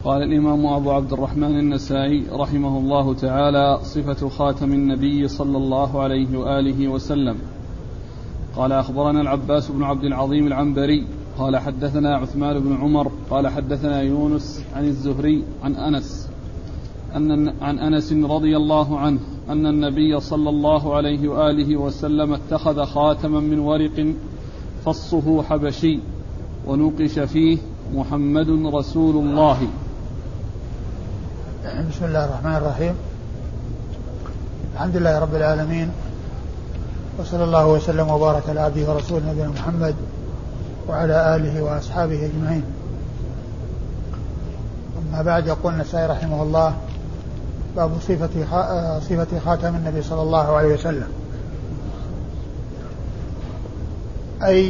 قال الإمام أبو عبد الرحمن النسائي رحمه الله تعالى: صفة خاتم النبي صلى الله عليه وآله وسلم. قال: أخبرنا العباس بن عبد العظيم العنبري قال: حدثنا عثمان بن عمر قال: حدثنا يونس عن الزهري عن أنس رضي الله عنه أن النبي صلى الله عليه وآله وسلم اتخذ خاتما من ورق فصه حبشي ونقش فيه: محمد رسول الله. بسم الله الرحمن الرحيم. الحمد لله رب العالمين، وصلى الله وسلم وبارك على عبده ورسوله نبينا محمد وعلى آله وأصحابه أجمعين. أما بعد، يقول النسائي رحمه الله: باب صفة خاتم النبي صلى الله عليه وسلم، أي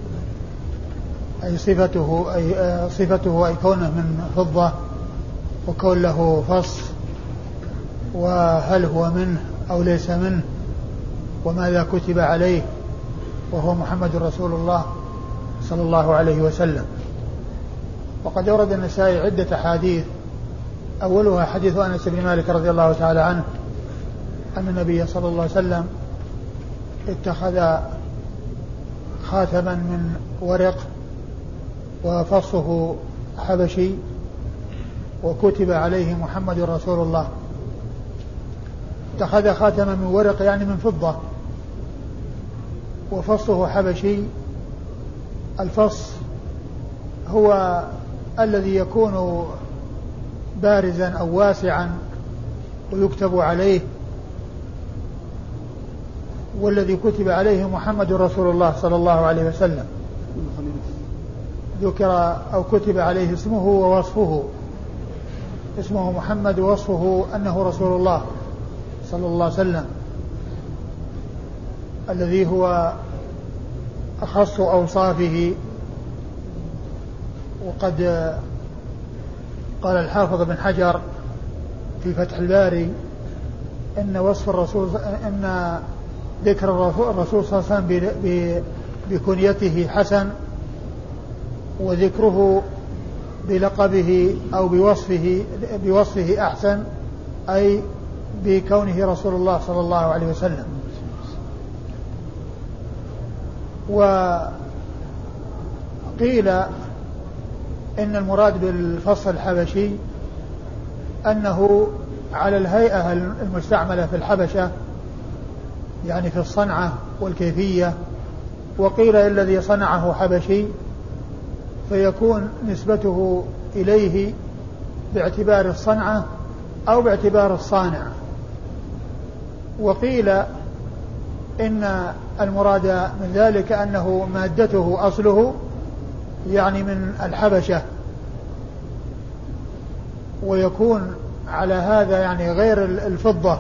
صفته أي كونه من فضة، وكون له فص، وهل هو منه أو ليس منه، وماذا كتب عليه، وهو محمد رسول الله صلى الله عليه وسلم. وقد أورد النسائي عدة حديث، أولها حديث أنس بن مالك رضي الله تعالى عنه أن النبي صلى الله عليه وسلم اتخذ خاتما من ورق وفصه حبشي وكتب عليه محمد رسول الله. اتخذ خاتما من ورق يعني من فضة، وفصه حبشي. الفص هو الذي يكون بارزا أو واسعا ويكتب عليه، والذي كتب عليه محمد رسول الله صلى الله عليه وسلم. ذكر أو كتب عليه اسمه ووصفه، اسمه محمد ووصفه أنه رسول الله صلى الله عليه وسلم، الذي هو أخص أوصافه. وقد قال الحافظ بن حجر في فتح الباري إن وصف الرسول، إن ذكر الرسول صلى الله عليه وسلم بكنيته حسن، وذكره بلقبه أو بوصفه أحسن، أي بكونه رسول الله صلى الله عليه وسلم. وقيل إن المراد بالفص الحبشي أنه على الهيئة المستعملة في الحبشة، يعني في الصنعة والكيفية. وقيل الذي صنعه حبشي، فيكون نسبته إليه باعتبار الصنعة أو باعتبار الصانع. وقيل إن المراد من ذلك أنه مادته أصله يعني من الحبشة، ويكون على هذا يعني غير الفضة،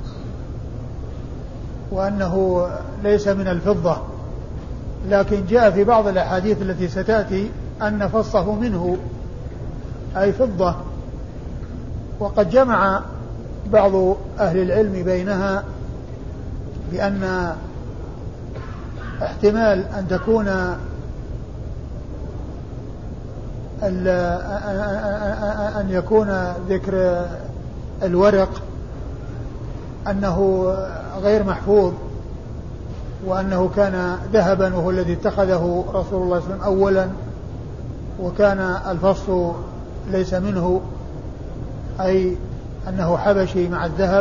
وأنه ليس من الفضة. لكن جاء في بعض الأحاديث التي ستأتي أن فصه منه أي فضة. وقد جمع بعض أهل العلم بينها بأن احتمال أن تكون أن يكون ذكر الورق أنه غير محفوظ، وأنه كان ذهبا وهو الذي اتخذه رسول الله صلى الله عليه وسلم أولا، وكان الفص ليس منه، أي أنه حبشي مع الذهب.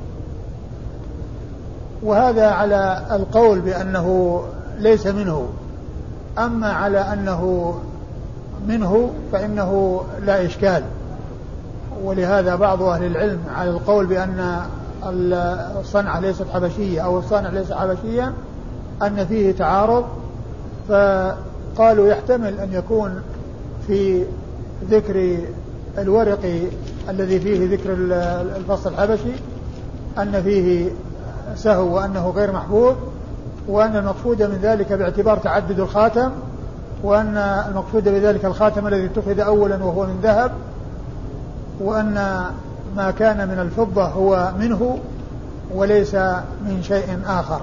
وهذا على القول بأنه ليس منه. أما على أنه منه فإنه لا إشكال. ولهذا بعض أهل العلم على القول بأن الصنعة ليست حبشية أو الصانع ليس حبشيا أن فيه تعارض، فقالوا يحتمل أن يكون في ذكر الورق الذي فيه ذكر الفص الحبشي أن فيه سهو وأنه غير محفوظ، وأن المقصود من ذلك باعتبار تعدد الخاتم، وأن المقصود بذلك الخاتم الذي اتخذ أولا وهو من ذهب، وأن ما كان من الفضة هو منه وليس من شيء آخر.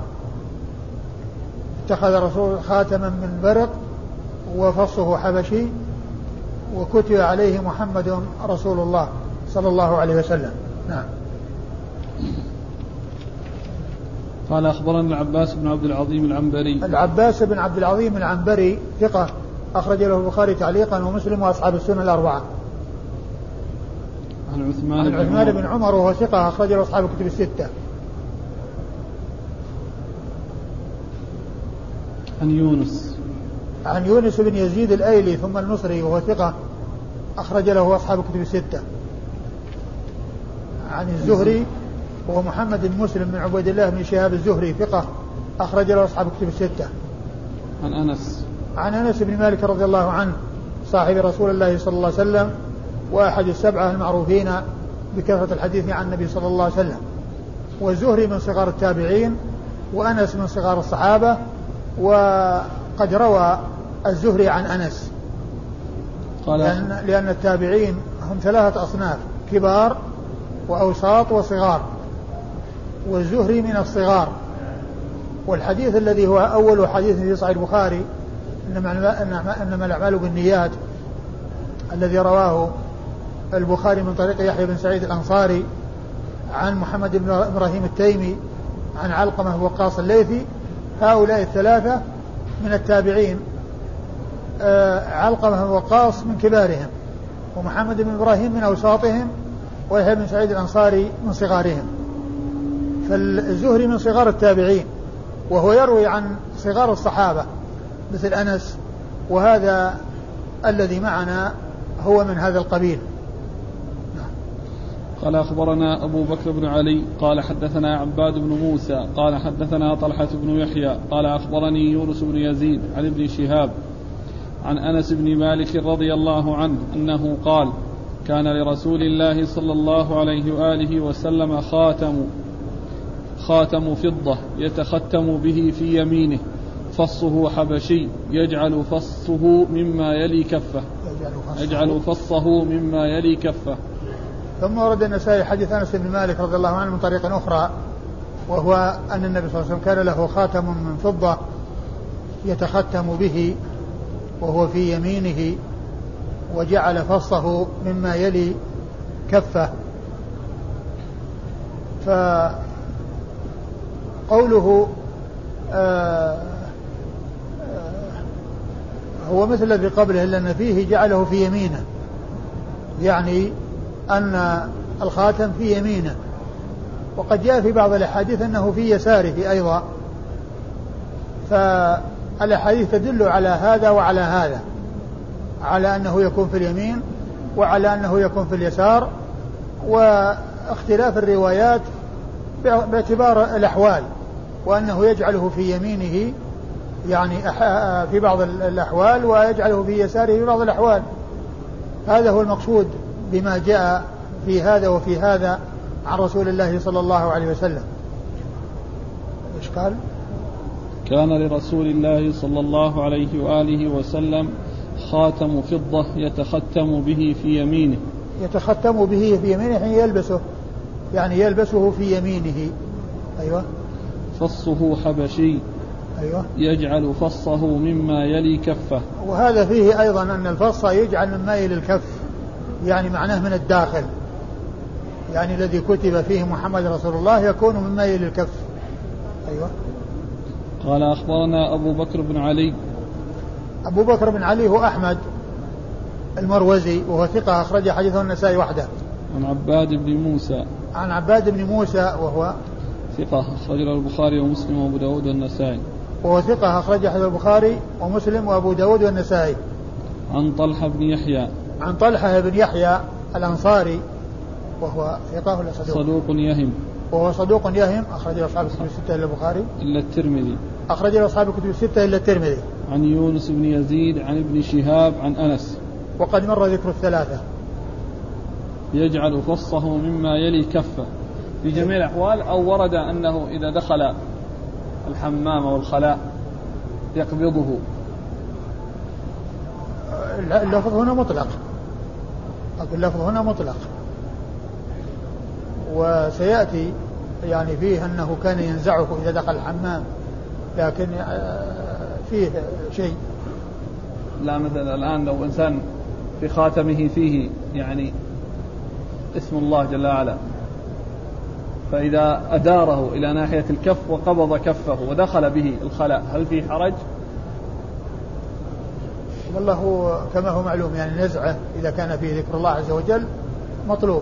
اتخذ رسول خاتما من برق وفصه حبشي، وكتب عليه محمد رسول الله صلى الله عليه وسلم. نعم. قال أخبرنا العباس بن عبد العظيم العنبري. العباس بن عبد العظيم العنبري ثقة أخرج له البخاري تعليقا ومسلم وأصحاب السنن الأربعة. عن عثمان بن عمر وهو ثقة أخرج له أصحاب الكتب الستة. عن يونس بن يزيد الأيلي ثم المصري وهو ثقة أخرج له أصحاب الكتب الستة. عن الزهري هو محمد بن مسلم بن عبيد الله بن شهاب الزهري ثقة أخرج له أصحاب الكتب الستة. عن أنس بن مالك رضي الله عنه صاحب رسول الله صلى الله عليه وسلم وأحد السبعة المعروفين بكثرة الحديث عن النبي صلى الله عليه وسلم. والزهري من صغار التابعين وأنس من صغار الصحابة. وقد روى الزهري عن أنس لأن التابعين هم ثلاثة أصناف: كبار وأوساط وصغار، والزهري من الصغار. والحديث الذي هو أول حديث في صحيح البخاري إنما الأعمال بالنيات الذي رواه البخاري من طريق يحيى بن سعيد الأنصاري عن محمد بن إبراهيم التيمي عن علقمة وقاص الليثي. هؤلاء الثلاثة من التابعين، علقمة وقاص من كبارهم، ومحمد بن إبراهيم من أوساطهم، ويحيى بن سعيد الأنصاري من صغارهم. فالزهري من صغار التابعين وهو يروي عن صغار الصحابة مثل أنس، وهذا الذي معنا هو من هذا القبيل. قال أخبرنا أبو بكر بن علي قال حدثنا عباد بن موسى قال حدثنا طلحة بن يحيى قال أخبرني يونس بن يزيد عن ابن شهاب عن أنس بن مالك رضي الله عنه أنه قال: كان لرسول الله صلى الله عليه وآله وسلم خاتم فضة يتختم به في يمينه، فصه حبشي يجعل فصه مما يلي كفه. ثم ورد النسائي حديث أنس بن مالك رضي الله عنه من طريق أخرى، وهو أن النبي صلى الله عليه وسلم كان له خاتم من فضة يتختم به وهو في يمينه، وجعل فصه مما يلي كفه. فقوله هو مثل الذي قبله إلا أن فيه جعله في يمينه، يعني أن الخاتم في يمينه. وقد جاء في بعض الأحاديث أنه في يساره أيضا، فالأحاديث تدل على هذا وعلى هذا، على أنه يكون في اليمين وعلى أنه يكون في اليسار، واختلاف الروايات باعتبار الأحوال، وأنه يجعله في يمينه يعني في بعض الأحوال ويجعله في يساره في بعض الأحوال. هذا هو المقصود بما جاء في هذا وفي هذا عن رسول الله صلى الله عليه وسلم. إيش قال؟ كان لرسول الله صلى الله عليه وآله وسلم خاتم فضة يتختم به في يمينه. يتختم به في يمينه يعني يلبسه، يعني يلبسه في يمينه. أيوة. فصه حبشي. أيوة. يجعل فصه مما يلي كفه. وهذا فيه أيضا أن الفص يجعل مما يلي الكف، يعني معناه من الداخل، يعني الذي كتب فيه محمد رسول الله يكون مما يلي الكف. أيوة. قال أخبرنا أبو بكر بن علي. أبو بكر بن علي هو أحمد المروزي وهو ثقة أخرج حديثه النسائي وحده. عن عباد بن موسى وهو ثقة أخرج له البخاري ومسلم وأبو داود والنسائي. وهو ثقة أخرج حديث البخاري ومسلم وأبو داود والنسائي. عن طلحة بن يحيى الأنصاري وهو ثقة ولا صدوق يهم. وهو صدوق يهم أخرج له أصحاب الكتب الستة إلا البخاري إلا الترمذي. أخرج له أصحاب الكتب الستة إلا الترمذي. عن يونس بن يزيد عن ابن شهاب عن أنس. وقد مر ذكر الثلاثة. يجعل فصه مما يلي كفه في جميع الأحوال، أو ورد أنه إذا دخل الحمام والخلاء يقبضه. اللفظ هنا مطلق، وسيأتي يعني فيه أنه كان ينزعه إذا دخل الحمام، لكن فيه شيء. لا مثلا الآن لو إنسان في خاتمه فيه يعني اسم الله جل وعلا، فإذا أداره إلى ناحية الكف وقبض كفه ودخل به الخلاء هل فيه حرج؟ والله كما هو معلوم يعني نزعه إذا كان فيه ذكر الله عز وجل مطلوب.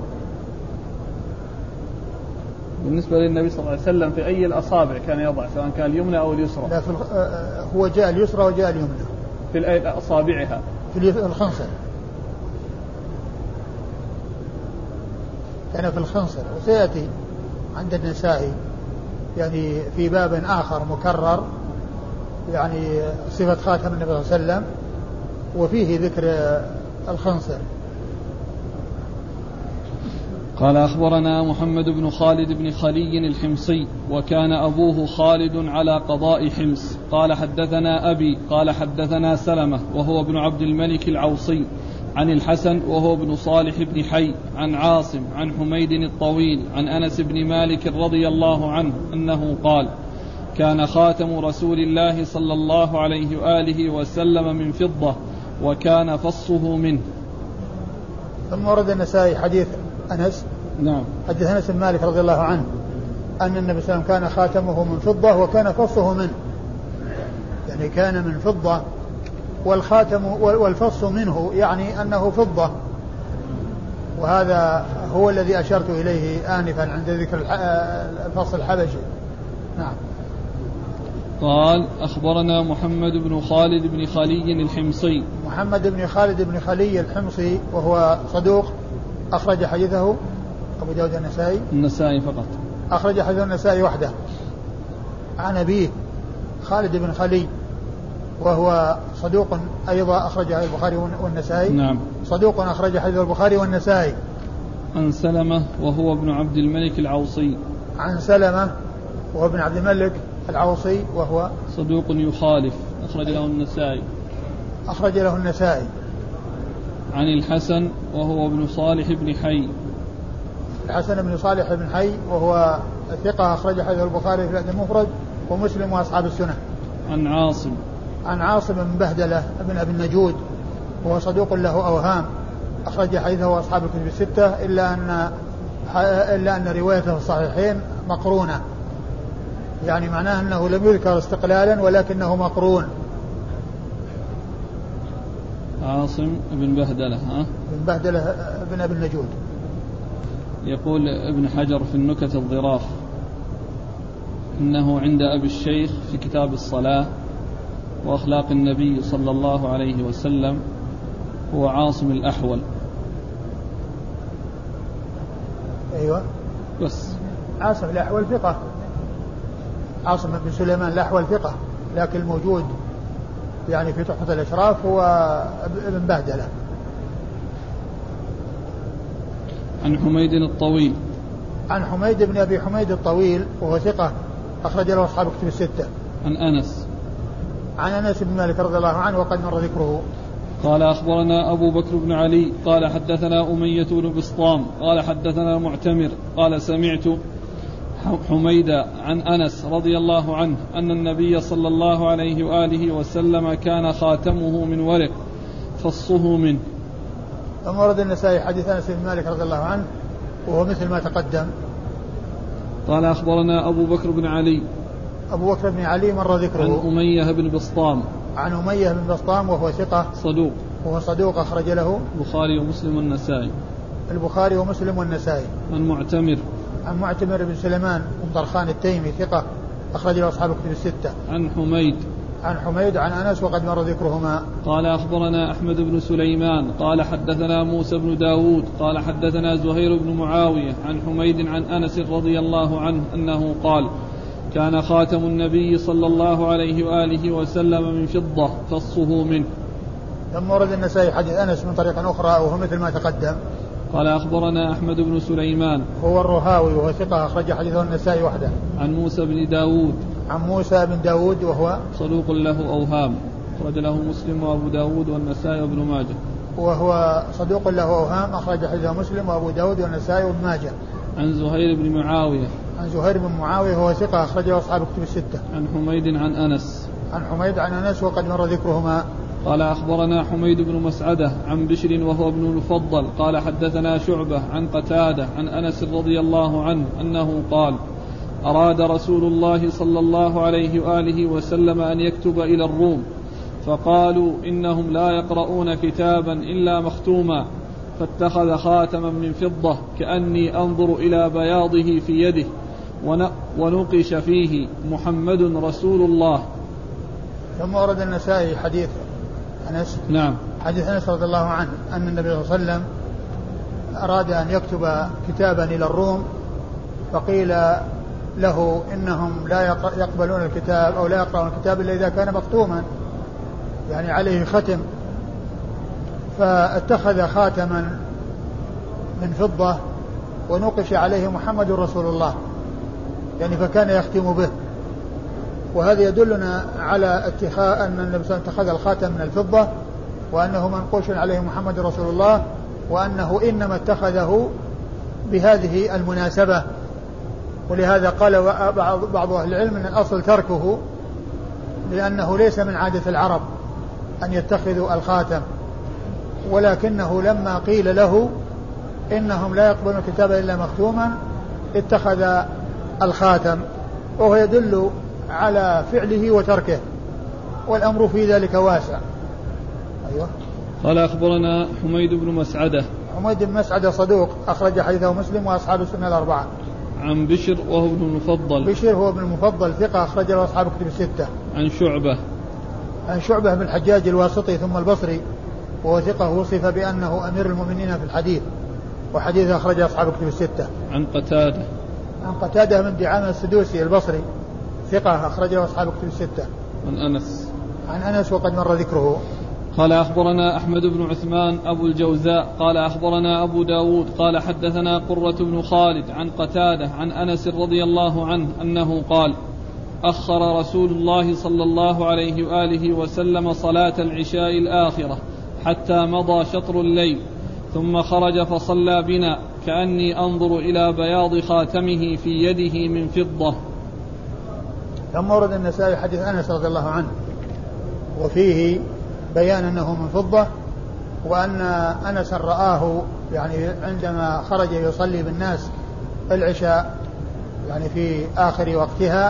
بالنسبة للنبي صلى الله عليه وسلم في أي الأصابع كان يضع سواء كان اليمنى أو اليسرى؟ لا هو جاء اليسرى وجاء اليمنى. في أصابعها؟ في الخنصر، كان في الخنصر، وسيأتي عند النسائي يعني في باب آخر مكرر يعني صفة خاتم النبي صلى الله عليه وسلم وفيه ذكر الخنصر. قال أخبرنا محمد بن خالد بن خلي الحمصي وكان أبوه خالد على قضاء حمص قال حدثنا أبي قال حدثنا سلمة وهو ابن عبد الملك العوصي عن الحسن وهو ابن صالح بن حي عن عاصم عن حميد الطويل عن أنس بن مالك رضي الله عنه أنه قال كان خاتم رسول الله صلى الله عليه وآله وسلم من فضة وكان فصه منه. ثم ورد النسائي حديث أنس، نعم، حديث أنس بن مالك رضي الله عنه أن النبي صلى الله عليه وسلم كان خاتمه من فضة وكان فصه منه، يعني كان من فضة والخاتم والفص منه يعني أنه فضة، وهذا هو الذي أشرت إليه آنفا عند ذكر الفص الحبشي. نعم. قال أخبرنا محمد بن خالد بن خلي الحمصي. محمد بن خالد بن خلي الحمصي وهو صدوق أخرج حديثه أبو داود النسائي فقط، أخرج حديث النسائي وحده عن أبيه خالد بن خلي وهو صدوق أيضا أخرج حديث البخاري والنسائي. نعم، صدوق أخرج حديث البخاري والنسائي. عن سلمة وهو ابن عبد الملك العوصي. عن سلمة وهو ابن عبد الملك العوصي وهو صدوق يخالف أخرج له النسائي. أخرج له النسائي. عن الحسن وهو ابن صالح بن حي. الحسن بن صالح بن حي وهو ثقة أخرج حديث البخاري في الأدب المفرد ومسلم وأصحاب السنة. عن عاصم. عن عاصم بن بهدلة بن أبي النجود وهو صدوق له أوهام أخرج حديثه أصحاب الكتب الستة إلا أن روايته في الصحيحين مقرونة، يعني معناه أنه لم يذكر استقلالا ولكنه مقرون. عاصم بن بهدلة بن بهدلة بن أبي النجود. يقول ابن حجر في النكت الظراف إنه عند أبي الشيخ في كتاب الصلاة وأخلاق النبي صلى الله عليه وسلم هو عاصم الأحول. أيوة بس عاصم الأحول ثقة، عاصم بن سليمان الأحول ثقة، لكن الموجود يعني في تحفة الأشراف هو ابن بهدلة. عن حميد الطويل. عن حميد بن أبي حميد الطويل وهو ثقة أخرج له أصحاب الكتب الستة. عن أنس. عن أنس بن مالك رضي الله عنه وقد مر ذكره. قال أخبرنا أبو بكر بن علي قال حدثنا أمية بن بسطام قال حدثنا معتمر قال سمعت حميدة عن أنس رضي الله عنه أن النبي صلى الله عليه وآله وسلم كان خاتمه من ورق فصه منه. ثم ورد النسائي حديث أنس بن مالك رضي الله عنه وهو مثل ما تقدم. قال أخبرنا أبو بكر بن علي. أبو بكر بن علي مر ذكره. عن أمية بن بسطام. عن أمية بن بسطام وهو ثقة صدوق. وهو صدوق أخرج له البخاري ومسلم والنسائي. البخاري ومسلم والنسائي. عن معتمر. عن معتمر بن سليمان بن طرخان التيمي ثقة أخرج له أصحاب الكتب الستة. عن حميد. عن حميد عن أنس وقد مر ذكرهما. قال أخبرنا أحمد بن سليمان قال حدثنا موسى بن داود قال حدثنا زهير بن معاوية عن حميد عن أنس رضي الله عنه أنه قال كان خاتم النبي صلى الله عليه وآله وسلم من فضة فصه منه. ثم ورد النسائي حديث أنس من طريق أخرى وهو مثل ما تقدم. قال أخبرنا أحمد بن سليمان هو الرهاوي وهو ثقة أخرج حديثه النسائي وحده. عن موسى بن داود. عن موسى بن داود وهو صدوق له أوهام أخرج له مسلم وأبو داود والنسائي وابن ماجه. وهو صدوق له أوهام أخرج حديثه مسلم وأبو داود والنسائي وابن ماجه. عن زهير بن معاوية. عن زهير بن معاوية وهو ثقة أخرجه أصحاب الكتب الستة. عن حميد عن أنس. عن حميد عن أنس وقد مر ذكرهما. قال أخبرنا حميد بن مسعدة عن بشر وهو ابن المفضل قال حدثنا شعبة عن قتادة عن أنس رضي الله عنه أنه قال أراد رسول الله صلى الله عليه وآله وسلم أن يكتب إلى الروم فقالوا إنهم لا يقرؤون كتابا إلا مختوما فاتخذ خاتما من فضة كأني أنظر إلى بياضه في يده ونقش فيه محمد رسول الله. ثم ورد النسائي حديث أنس. نعم. حديث أنس رضي الله عنه أن النبي صلى الله عليه وسلم أراد أن يكتب كتابا إلى الروم فقيل له إنهم لا يقبلون الكتاب أو لا يقرؤون الكتاب إلا إذا كان مختوما يعني عليه ختم، فاتخذ خاتما من فضة ونقش عليه محمد رسول الله يعني فكان يختم به. وهذا يدلنا على اتخاذ أن النبي صلى الله عليه وسلم اتخذ الخاتم من الفضة وأنه منقوش عليه محمد رسول الله، وأنه إنما اتخذه بهذه المناسبة. ولهذا قال بعض أهل العلم أن الأصل تركه لأنه ليس من عادة العرب أن يتخذوا الخاتم، ولكنه لما قيل له إنهم لا يقبلون الكتاب إلا مختوما اتخذ الخاتم، وهو يدل على فعله وتركه، والأمر في ذلك واسع. أيوة. قال أخبرنا حميد بن مسعدة. حميد بن مسعدة صدوق أخرج حديثه مسلم وأصحاب السنة الأربعة. عن بشر وهو ابن المفضل. بشر هو ابن المفضل ثقة أخرج له أصحاب الكتب الستة. عن شعبة. عن شعبة بن الحجاج الواسطي ثم البصري وهو ثقة وصف بأنه أمير المؤمنين في الحديث وحديثه أخرج أصحاب الكتب الستة. عن قتادة. عن قتادة بن دعامة السدوسي البصري ثقة أخرج له أصحاب الكتب الستة. عن أنس. عن أنس وقد مر ذكره. قال أخبرنا أحمد بن عثمان أبو الجوزاء قال أخبرنا أبو داود قال حدثنا قرة بن خالد عن قتادة عن أنس رضي الله عنه أنه قال أخر رسول الله صلى الله عليه وآله وسلم صلاة العشاء الآخرة حتى مضى شطر الليل ثم خرج فصلى بنا كأني أنظر إلى بياض خاتمه في يده من فضة. ثم ورد النسائي حديث أنس رضي الله عنه وفيه بيان أنه من فضة، وأن أنس رآه يعني عندما خرج يصلي بالناس العشاء يعني في آخر وقتها،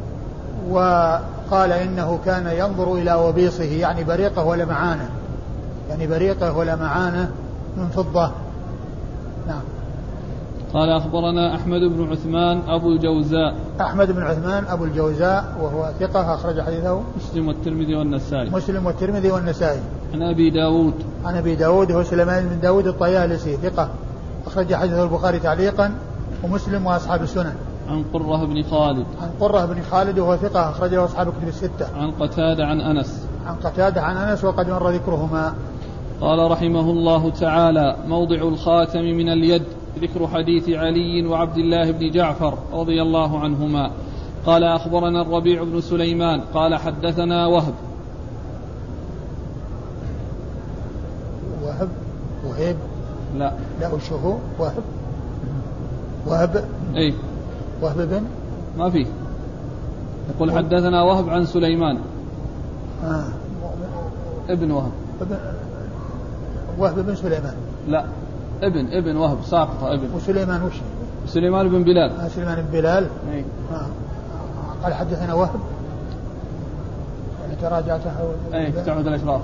وقال إنه كان ينظر إلى وبيصه يعني بريقه ولمعانه، يعني بريقه ولمعانه من فضة. نعم. قال أخبرنا أحمد بن عثمان أبو الجوزاء. أحمد بن عثمان أبو الجوزاء وهو ثقة أخرج حديثه مسلم والترمذي والنسائي. مسلم والترمذي والنسائي. عن أبي داود. عن أبي داود هو سليمان بن داود الطيالسي ثقة أخرج حديثه البخاري تعليقا ومسلم وأصحاب السنن. عن قرة بن خالد. عن قرة بن خالد وهو ثقة أخرج له أصحاب الكتب الستة. عن قتادة عن أنس. عن قتادة عن أنس وقد مر ذكرهما. قال رحمه الله تعالى موضع الخاتم من اليد ذكر حديث علي وعبد الله بن جعفر رضي الله عنهما. قال أخبرنا الربيع بن سليمان قال حدثنا وهب. وهب لا وش هو وهب اي وهب بن ما فيه يقول حدثنا وهب عن سليمان ابن وهب وهب بن سليمان لا ابن وهب ساقطة ابن. وسليمان وش؟ سليمان بن بلال. سليمان بن بلال. اي. قال حدثنا وهب يعني تراجعته. اي تعود الاشراف.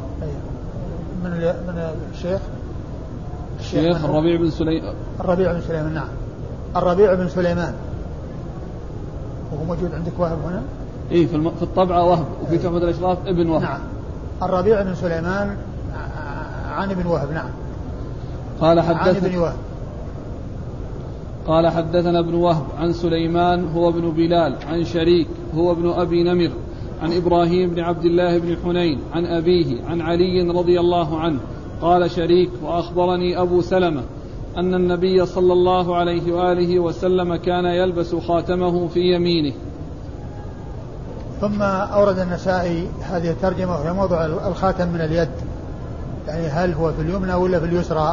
من الشيخ الربيع بن سليمان. الربيع بن سليمان. نعم الربيع بن سليمان. وهو موجود عندك وهب هنا؟ اي في الطبعة وهب وفي تعود الاشراف ابن وهب. نعم الربيع بن سليمان عن ابن وهب. نعم. قال حدثنا ابن وهب عن سليمان هو ابن بلال عن شريك هو ابن أبي نمر عن إبراهيم بن عبد الله بن حنين عن أبيه عن علي رضي الله عنه قال شريك وأخبرني أبو سلمة أن النبي صلى الله عليه وآله وسلم كان يلبس خاتمه في يمينه. ثم أورد النسائي هذه الترجمة وهي موضع الخاتم من اليد، يعني هل هو في اليمنى ولا في اليسرى.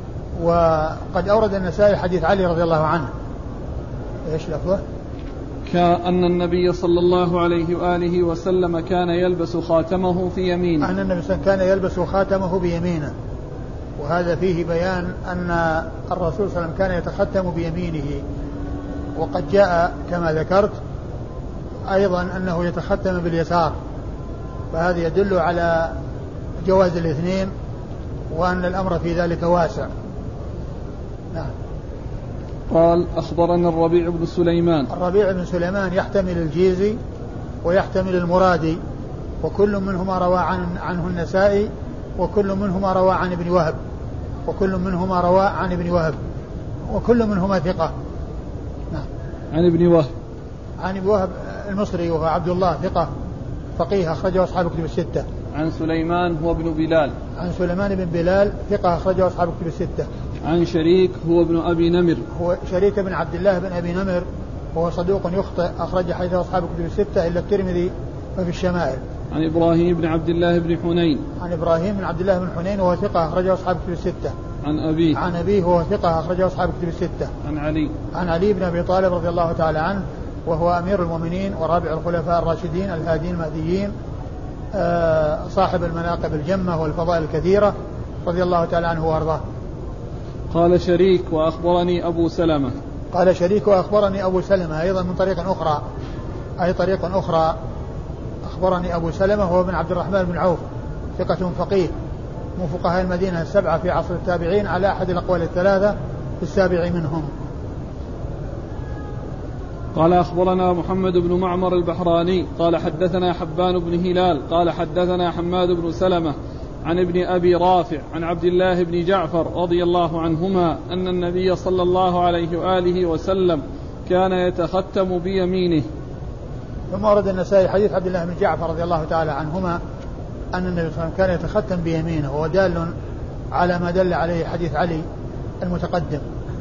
وقد أورد النسائي حديث علي رضي الله عنه. إيش لفظه؟ أن النبي صلى الله عليه وآله وسلم كان يلبس خاتمه في يمينه. أن النبي صلى الله عليه وسلم كان يلبس خاتمه بيمينه، وهذا فيه بيان أن الرسول صلى الله عليه وسلم كان يتختم بيمينه. وقد جاء كما ذكرت أيضا أنه يتختم باليسار، فهذا يدل على جواز الاثنين وأن الأمر في ذلك واسع. نعم. قال أخبرنا الربيع بن سليمان. الربيع بن سليمان يحتمل الجيزي ويحتمل المرادي، وكل منهما روى عنه النسائي، وكل منهما روى عن ابن وهب، وكل منهما ثقة. نعم. عن ابن وهب المصري وهو عبد الله ثقة فقيه أخرجه أصحاب الكتب الستة. عن سليمان هو ابن بلال. عن سليمان بن بلال ثقة أخرجه أصحاب الكتب الستة. عن شريك هو ابن أبي نمر. هو شريك بن عبد الله بن أبي نمر، وهو صدوق يخطئ أخرج حديثه أصحاب الكتب الستة إلا الترمذي وفي الشمائل. عن إبراهيم بن عبد الله بن حنين. عن إبراهيم بن عبد الله بن حنين وهو ثقة أخرجه أصحاب الكتب الستة. عن أبيه وهو ثقة أخرجه أصحاب الكتب الستة. عن علي بن أبي طالب رضي الله تعالى عنه، وهو أمير المؤمنين ورابع الخلفاء الراشدين الهادين المهديين، صاحب المناقب الجمة والفضائل الكثيرة رضي الله تعالى عنه وارضاه. قال شريك وأخبرني أبو سلمة. أيضا من طريق أخرى أخبرني أبو سلمة هو بن عبد الرحمن بن عوف ثقة فقيه من فقهاء المدينة السبعة في عصر التابعين على أحد الأقوال الثلاثة في السابع منهم. قال أخبرنا محمد بن معمر البحراني قال حدثنا حبان بن هلال قال حدثنا حماد بن سلمة عن ابن أبي رافع عن عبد الله بن جعفر رضي الله عنهما أن النبي صلى الله عليه وآله وسلم كان يتختم بيمينه. ثم ورد النسائي حديث عبد الله بن جعفر رضي الله تعالى عنهما أن النبي صلى الله عليه وسلم كان يتختم بيمينه، وهو دال على ما دل عليه حديث علي المتقدم.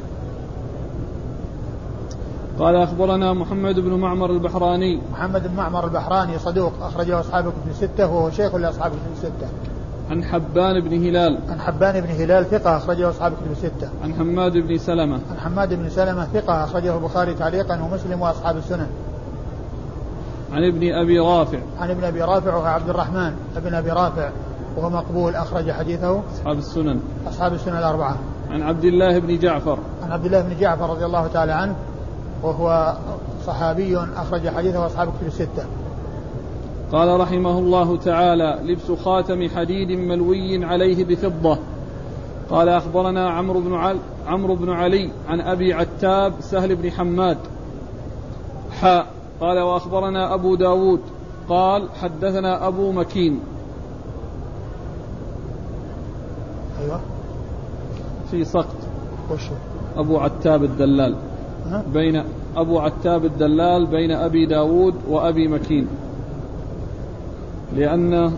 قال أخبرنا محمد بن معمر البحراني. محمد بن معمر البحراني صدوق أخرجه أصحاب الكتب الستة وهو شيخ لأصحاب الكتب الستة. عن حبان بن هلال ثقة أخرجه أصحاب الكتب الستة. عن حماد بن سلمة ثقة أخرجه البخاري تعليقا ومسلم وأصحاب السنن. عن ابن أبي رافع وهو عبد الرحمن بن أبي رافع وهو مقبول أخرج حديثه أصحاب السنن الأربعة. عن عبد الله بن جعفر رضي الله تعالى عنه وهو صحابي أخرج حديثه أصحاب الكتب الستة. قال رحمه الله تعالى لبس خاتم حديد ملوي عليه بفضة. قال أخبرنا عمرو بن علي عن أبي عتاب سهل بن حماد قال وأخبرنا أبو داود قال حدثنا أبو مكين. أيوة في سقط وشو أبو عتاب الدلال بين أبو عتاب الدلال بين أبي داود وأبي مكين، لأن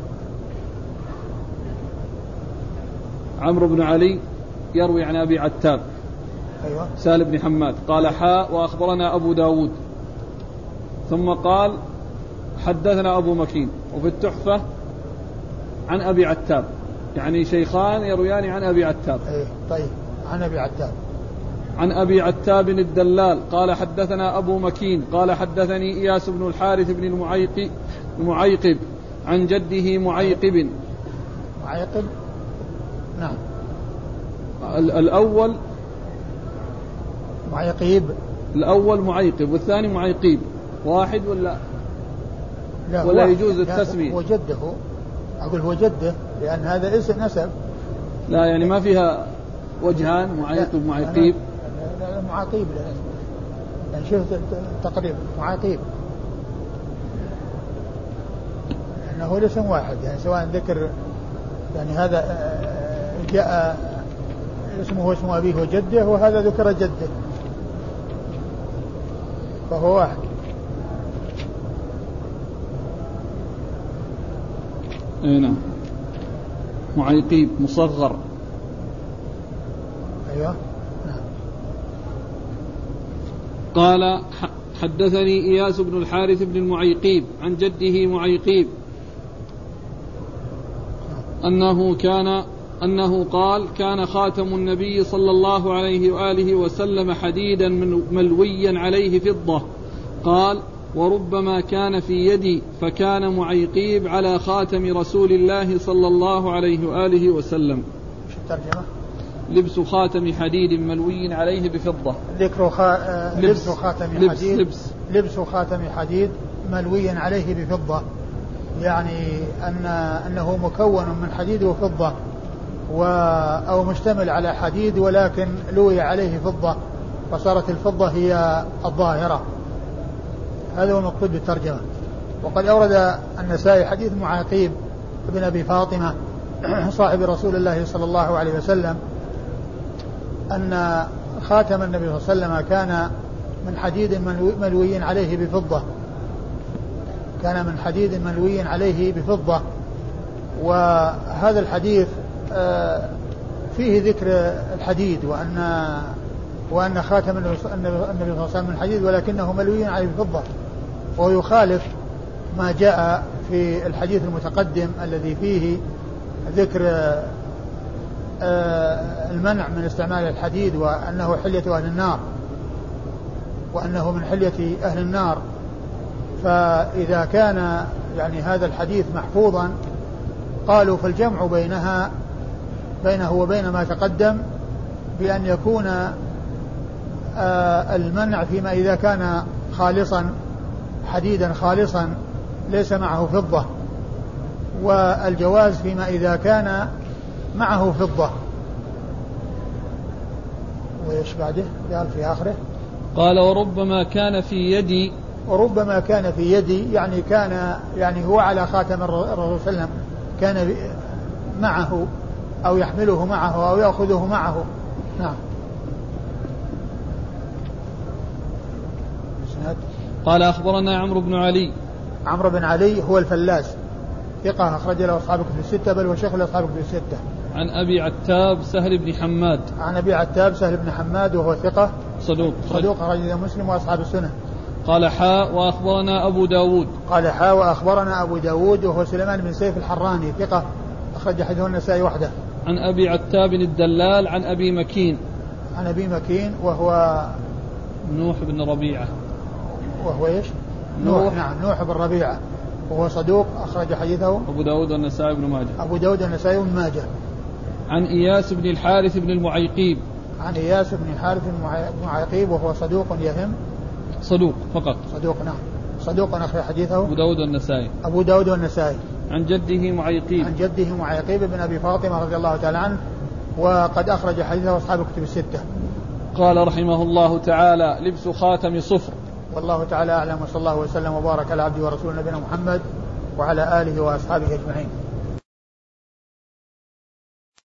عمرو بن علي يروي عن أبي عتاب أيوة سهل بن حماد قال وأخبرنا أبو داود ثم قال حدثنا أبو مكين. وفي التحفة عن أبي عتاب، يعني شيخان يرويان عن أبي عتاب. طيب عن أبي عتاب الدلال قال حدثنا أبو مكين قال حدثني إياس بن الحارث بن المعيقب عن جده معيقب. نعم. الأول معيقب والثاني معيقيب، واحد ولا يجوز التسمية؟ هو جده، أقول هو جده لأن هذا اسم نسب. لا يعني ما فيها وجهان معيقب معيقيب. لا معاقيب يعني شفت تقريبا معاقيب لأنه الاسم واحد، يعني سواء ذكر يعني هذا جاء اسمه اسم أبيه وجده وهذا ذكر جده فهو واحد. نعم معيقيب مصغر. أيوة. قال حدثني إياس بن الحارث بن المعيقيب عن جده معيقيب أنه قال كان خاتم النبي صلى الله عليه وآله وسلم حديدا ملويا عليه فضة. قال: وربما كان في يدي فكان معيقيب على خاتم رسول الله صلى الله عليه وآله وسلم. ايش الترجمة؟ لبس خاتم حديد ملوي عليه بفضة. لبس خاتم حديد ملوي عليه بفضة، يعني أنه مكون من حديد وفضة، أو مشتمل على حديد ولكن لوي عليه فضة فصارت الفضة هي الظاهرة. هذا هو المقصود بالترجمة. وقد أورد النسائي حديث معيقيب بن أبي فاطمة صاحب رسول الله صلى الله عليه وسلم أن خاتم النبي صلى الله عليه وسلم كان من حديد ملوي عليه بفضة، كان من حديد ملوي عليه بفضة. وهذا الحديث فيه ذكر الحديد وأن خاتم النبي صلى الله عليه وسلم من حديد ولكنه ملوي عليه بفضة، ويخالف ما جاء في الحديث المتقدم الذي فيه ذكر المنع من استعمال الحديد وأنه حلية أهل النار، وأنه من حلية أهل النار. فإذا كان يعني هذا الحديث محفوظا قالوا فالجمع بينه وبين ما تقدم بأن يكون المنع فيما إذا كان خالصا حديدا خالصا ليس معه فضة، والجواز فيما إذا كان معه فضة. وإيش بعده؟ قال في آخره قال: وربما كان في يدي. وربما كان في يدي يعني هو على خاتم الرسول صلى الله عليه وسلم، كان معه أو يحمله معه أو يأخذه معه. نعم. قال: أخبرنا عمرو بن علي. عمرو بن علي هو الفلاس، ثقة أخرج له أصحاب الكتب الستة، بل وشيخ لأصحاب الكتب الستة. عن أبي عتاب سهل بن حماد. عن أبي عتاب سهل بن حماد وهو ثقة صدوق أخرج له مسلم وأصحاب السنة. قال: حاء وأخبرنا أبو داود. قال: حاء وأخبرنا أبو داود وهو سليمان بن سيف الحراني، ثقة أخرج حديثه النسائي وحده. عن أبي عتاب الدلال عن أبي مكين. عن أبي مكين وهو نوح بن ربيعة. وهو إيش؟ نوح. نعم، نوح بن ربيعة وهو صدوق أخرج حديثه أبو داود والنسائي بن ماجه. أبو داود والنسائي بن ماجه. عن إياس بن الحارث بن المعيقيب. عن إياس بن الحارث بن المعيقيب وهو صدوق يهم. صدوق فقط. صدوق، نعم، صدوق أخرج حديثه أبو داود والنسائي. أبو داود والنسائي. عن جده معيقيب. عن جده معيقيب بن أبي فاطمة رضي الله تعالى عنه، وقد أخرج حديثه أصحاب الكتب الستة. قال رحمه الله تعالى: لبس خاتم صفر. والله تعالى أعلم، وصلى الله وسلم وبارك على عبده ورسوله نبينا محمد وعلى آله وأصحابه أجمعين.